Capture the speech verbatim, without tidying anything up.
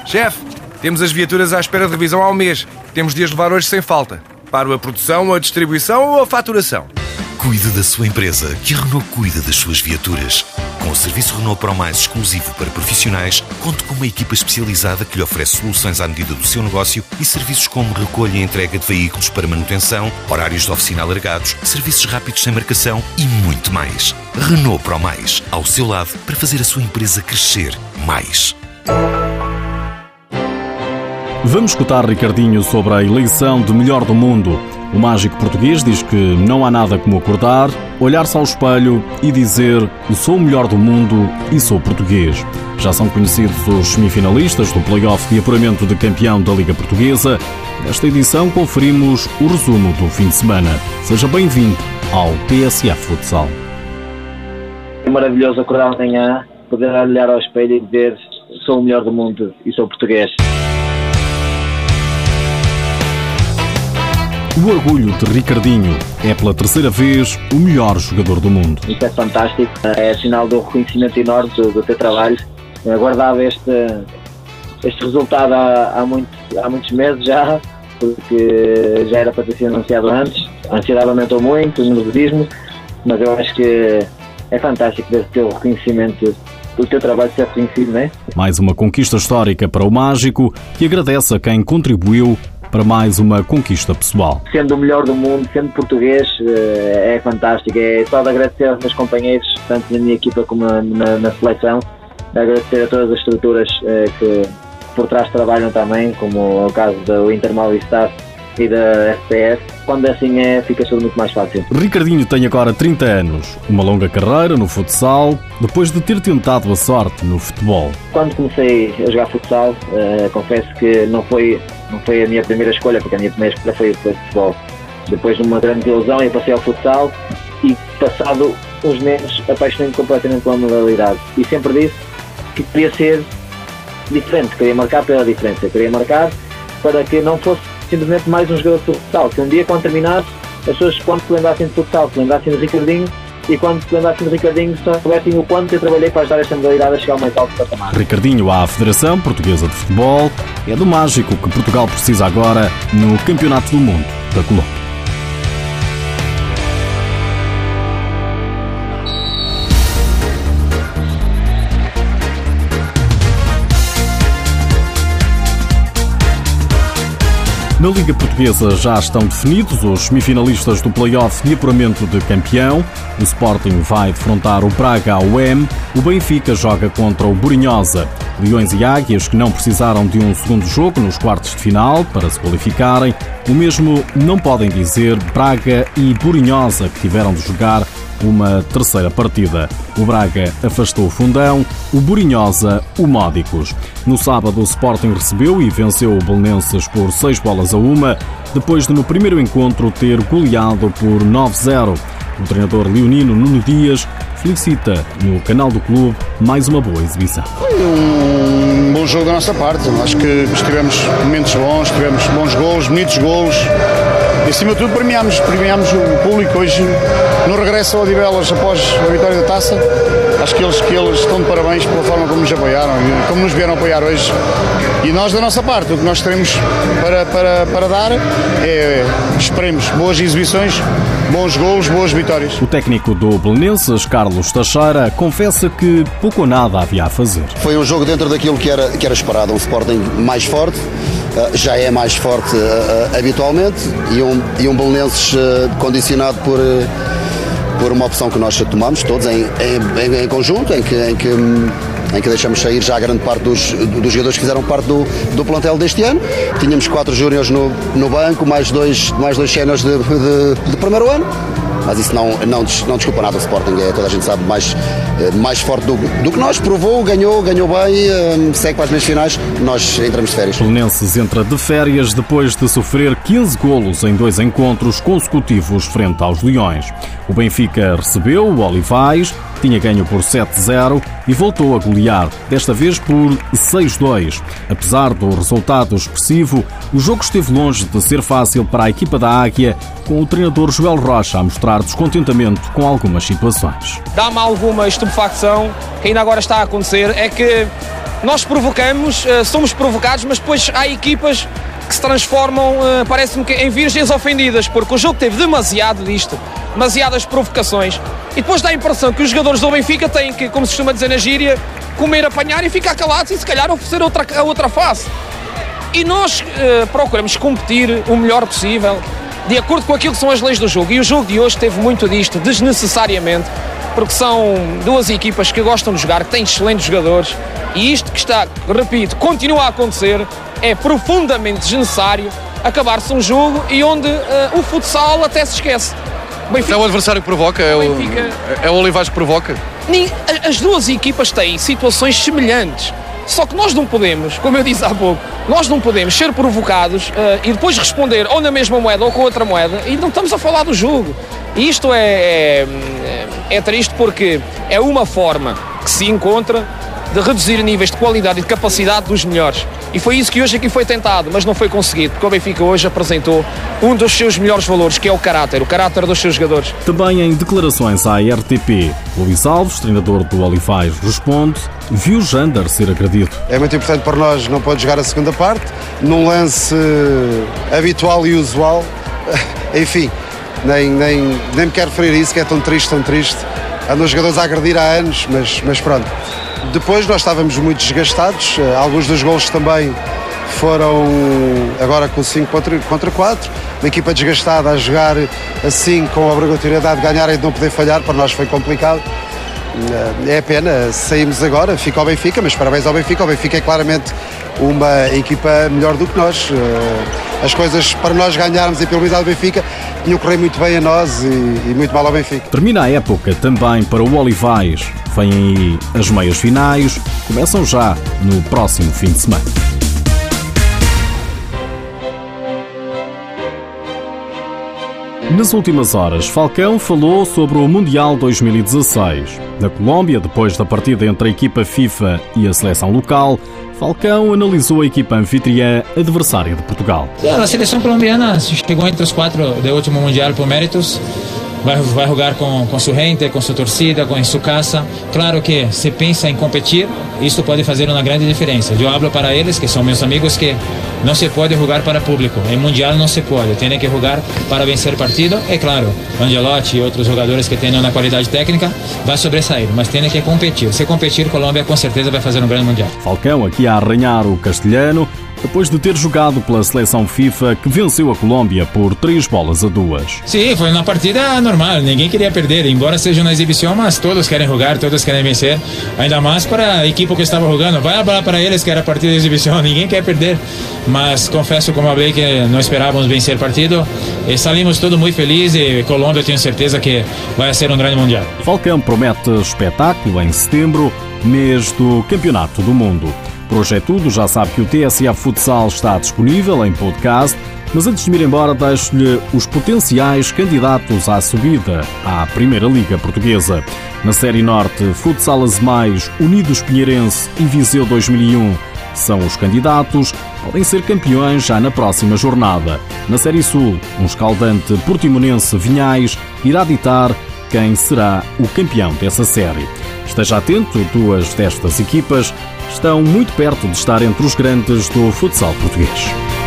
Chefe, temos as viaturas à espera de revisão há um mês. Temos de as levar hoje sem falta. Para a produção, a distribuição ou a faturação? Cuide da sua empresa, que a Renault cuida das suas viaturas. Com o serviço Renault Pro Mais exclusivo para profissionais, conte com uma equipa especializada que lhe oferece soluções à medida do seu negócio e serviços como recolha e entrega de veículos para manutenção, horários de oficina alargados, serviços rápidos sem marcação e muito mais. Renault Pro Mais, ao seu lado para fazer a sua empresa crescer mais. Vamos escutar Ricardinho sobre a eleição de melhor do mundo. O mágico português diz que não há nada como acordar, olhar-se ao espelho e dizer sou o melhor do mundo e sou português. Já são conhecidos os semifinalistas do play-off de apuramento de campeão da Liga Portuguesa. Nesta edição conferimos o resumo do fim de semana. Seja bem-vindo ao T S F Futsal. É maravilhoso acordar amanhã, poder olhar ao espelho e dizer sou o melhor do mundo e sou português. O orgulho de Ricardinho é pela terceira vez o melhor jogador do mundo. Isso é fantástico, é sinal do reconhecimento enorme do, do teu trabalho. Eu aguardava este, este resultado há, há, muito, há muitos meses já, porque já era para ter sido anunciado antes. A ansiedade aumentou muito, o nervosismo, mas eu acho que é fantástico ver o teu reconhecimento, o teu trabalho ser reconhecido, não é? Mais uma conquista histórica para o mágico, que agradece a quem contribuiu para mais uma conquista pessoal. Sendo o melhor do mundo, sendo português, é fantástico. É só de agradecer aos meus companheiros, tanto na minha equipa como na, na, na seleção, agradecer a todas as estruturas que por trás trabalham também, como é o caso do Inter Movistar e da F P S. Quando assim é, fica tudo muito mais fácil. Ricardinho tem agora trinta anos, uma longa carreira no futsal, depois de ter tentado a sorte no futebol. Quando comecei a jogar futsal, uh, confesso que não foi, não foi a minha primeira escolha, porque a minha primeira escolha foi, foi futebol. Depois de uma grande ilusão, eu passei ao futsal e, passado uns meses, apaixonei-me completamente pela modalidade. E sempre disse que queria ser diferente, queria marcar pela diferença, queria marcar para que não fosse simplesmente mais um jogador de futsal, que um dia, quando terminasse, as pessoas, quando se lembrassem de futsal, se lembrassem de Ricardinho, e quando se lembrassem de Ricardinho, soubessem o quanto eu trabalhei para ajudar esta modalidade a chegar ao mais alto patamar. Ricardinho à Federação Portuguesa de Futebol é do mágico que Portugal precisa agora no Campeonato do Mundo da Colômbia. Na Liga Portuguesa já estão definidos os semifinalistas do play-off de apuramento de campeão. O Sporting vai defrontar o Braga ao U E M. O Benfica joga contra o Borinhosa. Leões e Águias, que não precisaram de um segundo jogo nos quartos de final para se qualificarem. O mesmo não podem dizer Braga e Borinhosa, que tiveram de jogar uma terceira partida. O Braga afastou o Fundão, o Borinhosa o Módicos. No sábado o Sporting recebeu e venceu o Belenenses por seis bolas a uma, depois de no primeiro encontro ter goleado por nove a zero. O treinador leonino Nuno Dias felicita no canal do clube mais uma boa exibição. Foi um bom jogo da nossa parte. Acho que tivemos momentos bons, tivemos bons golos, bonitos golos. E acima de tudo premiámos, premiámos o público hoje no regresso ao Odivelas após a vitória da taça. Acho que eles, que eles estão de parabéns pela forma como nos apoiaram e como nos vieram apoiar hoje. E nós, da nossa parte, o que nós teremos para, para, para dar é, esperemos, boas exibições, bons golos, boas vitórias. O técnico do Belenenses, Carlos Teixeira, confessa que pouco ou nada havia a fazer. Foi um jogo dentro daquilo que era, que era esperado, um Sporting mais forte, uh, já é mais forte uh, habitualmente, e um, e um Belenenses uh, condicionado por, uh, por uma opção que nós tomamos, todos em, em, em conjunto, em que, em que em que deixamos sair já a grande parte dos, dos jogadores que fizeram parte do, do plantel deste ano. Tínhamos quatro júniores no, no banco, mais dois, mais dois séniores de, de, de primeiro ano, mas isso não, não, não desculpa nada. O Sporting é, toda a gente sabe, mais, mais forte do, do que nós, provou, ganhou, ganhou bem, segue para as meias finais, nós entramos de férias. O Belenenses entra de férias depois de sofrer quinze golos em dois encontros consecutivos frente aos Leões. O Benfica recebeu o Olivais, tinha ganho por sete a zero e voltou a golear, desta vez por seis a dois. Apesar do resultado expressivo, o jogo esteve longe de ser fácil para a equipa da Águia, com o treinador Joel Rocha a mostrar descontentamento com algumas situações. Dá-me alguma estupefacção que ainda agora está a acontecer, é que nós provocamos, uh, somos provocados, mas depois há equipas que se transformam, uh, parece-me que, em virgens ofendidas, porque o jogo teve demasiado disto, demasiadas provocações, e depois dá a impressão que os jogadores do Benfica têm que, como se costuma dizer na gíria, comer, apanhar e ficar calados e se calhar oferecer outra, a outra face. E nós uh, procuramos competir o melhor possível, de acordo com aquilo que são as leis do jogo, e o jogo de hoje teve muito disto, desnecessariamente, porque são duas equipas que gostam de jogar, que têm excelentes jogadores, e isto que está, repito, continua a acontecer, é profundamente desnecessário acabar-se um jogo e onde uh, o futsal até se esquece. Benfica, é o adversário que provoca, é o, Benfica, é o Olivais que provoca. As duas equipas têm situações semelhantes, só que nós não podemos, como eu disse há pouco, nós não podemos ser provocados uh, e depois responder ou na mesma moeda ou com outra moeda, e não estamos a falar do jogo. E isto é, é, é triste porque é uma forma que se encontra de reduzir níveis de qualidade e de capacidade dos melhores. E foi isso que hoje aqui foi tentado, mas não foi conseguido, porque o Benfica hoje apresentou um dos seus melhores valores, que é o caráter, o caráter dos seus jogadores. Também em declarações à R T P, Luís Alves, treinador do Olivais, responde: viu Jander ser agredido. É muito importante para nós, não pode jogar a segunda parte, num lance habitual e usual. Enfim, nem, nem, nem me quero referir a isso, que é tão triste, tão triste. Andam os jogadores a agredir há anos, mas, mas pronto. Depois nós estávamos muito desgastados, alguns dos golos também foram agora com cinco contra quatro, uma equipa desgastada a jogar assim com a obrigatoriedade de ganhar e de não poder falhar, para nós foi complicado. É pena, saímos agora, fica ao Benfica, mas parabéns ao Benfica, o Benfica é claramente uma equipa melhor do que nós. As coisas para nós ganharmos e pela unidade do Benfica tinham corrido muito bem a nós e, e muito mal ao Benfica. Termina a época também para o Olivais. Vêm aí as meias finais, começam já no próximo fim de semana. Nas últimas horas, Falcão falou sobre o Mundial dois mil e dezasseis. Na Colômbia, depois da partida entre a equipa FIFA e a seleção local, Falcão analisou a equipa anfitriã adversária de Portugal. A seleção colombiana chegou entre os quatro do último Mundial por méritos. Vai, vai jogar com, com sua gente, com sua torcida, com sua casa. Claro que se pensa em competir, isso pode fazer uma grande diferença. Eu hablo para eles, que são meus amigos, que não se pode jogar para público. Em Mundial não se pode, tem que jogar para vencer partido. É claro, Angelotti e outros jogadores que tenham na qualidade técnica vai sobressair, mas tem que competir. Se competir, Colômbia com certeza vai fazer um grande Mundial. Falcão aqui a arranhar o castelhano, depois de ter jogado pela seleção FIFA, que venceu a Colômbia por três bolas a duas. Sim, foi uma partida normal, ninguém queria perder, embora seja uma exibição, mas todos querem jogar, todos querem vencer, ainda mais para a equipe que estava jogando. Vai falar para eles que era partida de exibição, ninguém quer perder, mas confesso, como eu falei, que não esperávamos vencer partido e saímos todos muito felizes e Colômbia, tenho certeza que vai ser um grande Mundial. Falcão promete espetáculo em setembro, mês do Campeonato do Mundo. Por hoje é tudo, já sabe que o T S F Futsal está disponível em podcast, mas antes de me ir embora deixo-lhe os potenciais candidatos à subida à Primeira Liga Portuguesa. Na Série Norte, Futsal Azemais, Unidos Pinheirense e Viseu dois mil e um são os candidatos, podem ser campeões já na próxima jornada. Na Série Sul, um escaldante Portimonense Vinhais irá ditar quem será o campeão dessa série. Esteja atento, duas destas equipas estão muito perto de estar entre os grandes do futsal português.